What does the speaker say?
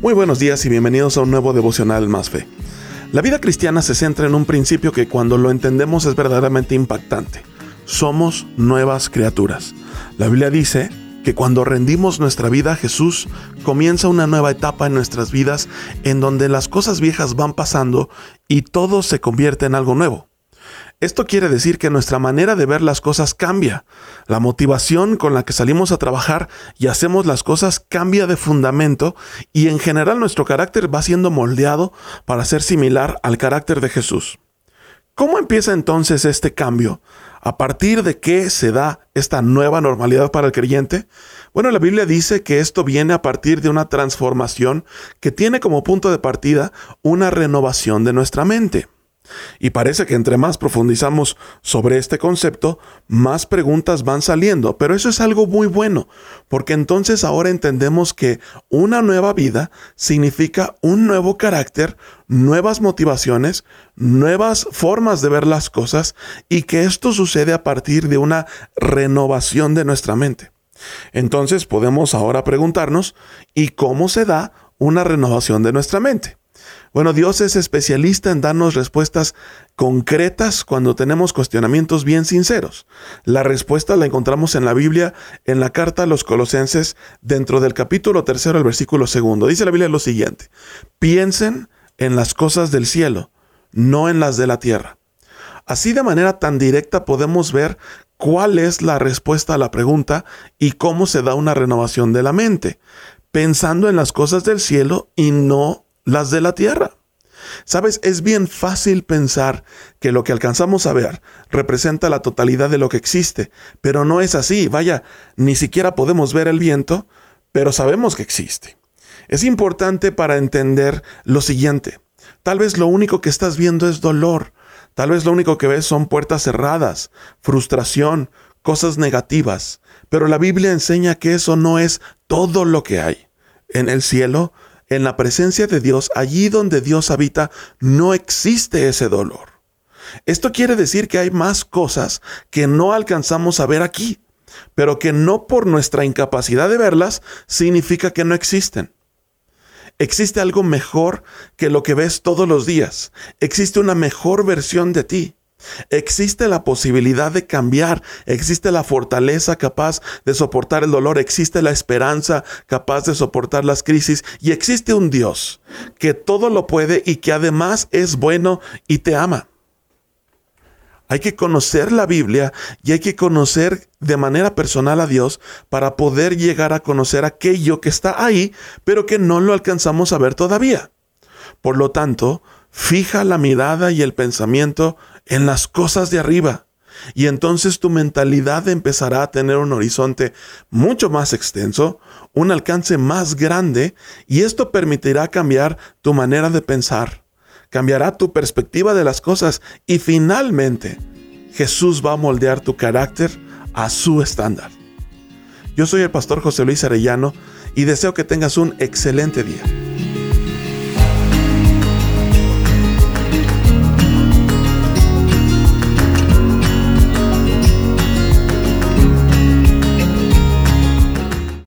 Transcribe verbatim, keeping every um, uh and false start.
Muy buenos días y bienvenidos a un nuevo devocional Más Fe. La vida cristiana se centra en un principio que cuando lo entendemos es verdaderamente impactante. Somos nuevas criaturas. La Biblia dice que cuando rendimos nuestra vida a Jesús, comienza una nueva etapa en nuestras vidas en donde las cosas viejas van pasando y todo se convierte en algo nuevo. Esto quiere decir que nuestra manera de ver las cosas cambia. La motivación con la que salimos a trabajar y hacemos las cosas cambia de fundamento y en general nuestro carácter va siendo moldeado para ser similar al carácter de Jesús. ¿Cómo empieza entonces este cambio? ¿A partir de qué se da esta nueva normalidad para el creyente? Bueno, la Biblia dice que esto viene a partir de una transformación que tiene como punto de partida una renovación de nuestra mente. Y parece que entre más profundizamos sobre este concepto, más preguntas van saliendo, pero eso es algo muy bueno, porque entonces ahora entendemos que una nueva vida significa un nuevo carácter, nuevas motivaciones, nuevas formas de ver las cosas, y que esto sucede a partir de una renovación de nuestra mente. Entonces podemos ahora preguntarnos, ¿y cómo se da una renovación de nuestra mente? Bueno, Dios es especialista en darnos respuestas concretas cuando tenemos cuestionamientos bien sinceros. La respuesta la encontramos en la Biblia, en la carta a los Colosenses, dentro del capítulo tercero, el versículo segundo. Dice la Biblia lo siguiente: piensen en las cosas del cielo, no en las de la tierra. Así de manera tan directa podemos ver cuál es la respuesta a la pregunta y cómo se da una renovación de la mente, pensando en las cosas del cielo y no las de la tierra. ¿Sabes? Es bien fácil pensar que lo que alcanzamos a ver representa la totalidad de lo que existe, pero no es así. Vaya, ni siquiera podemos ver el viento, pero sabemos que existe. Es importante para entender lo siguiente: tal vez lo único que estás viendo es dolor, tal vez lo único que ves son puertas cerradas, frustración, cosas negativas, pero la Biblia enseña que eso no es todo lo que hay. En el cielo, en la presencia de Dios, allí donde Dios habita, no existe ese dolor. Esto quiere decir que hay más cosas que no alcanzamos a ver aquí, pero que no por nuestra incapacidad de verlas significa que no existen. Existe algo mejor que lo que ves todos los días. Existe una mejor versión de ti. Existe la posibilidad de cambiar, existe la fortaleza capaz de soportar el dolor, existe la esperanza capaz de soportar las crisis, y existe un Dios que todo lo puede y que además es bueno y te ama. Hay que conocer la Biblia y hay que conocer de manera personal a Dios para poder llegar a conocer aquello que está ahí, pero que no lo alcanzamos a ver todavía. Por lo tanto, fija la mirada y el pensamiento en las cosas de arriba, y entonces tu mentalidad empezará a tener un horizonte mucho más extenso, un alcance más grande, y esto permitirá cambiar tu manera de pensar, cambiará tu perspectiva de las cosas, y finalmente Jesús va a moldear tu carácter a su estándar. Yo soy el pastor José Luis Arellano y deseo que tengas un excelente día.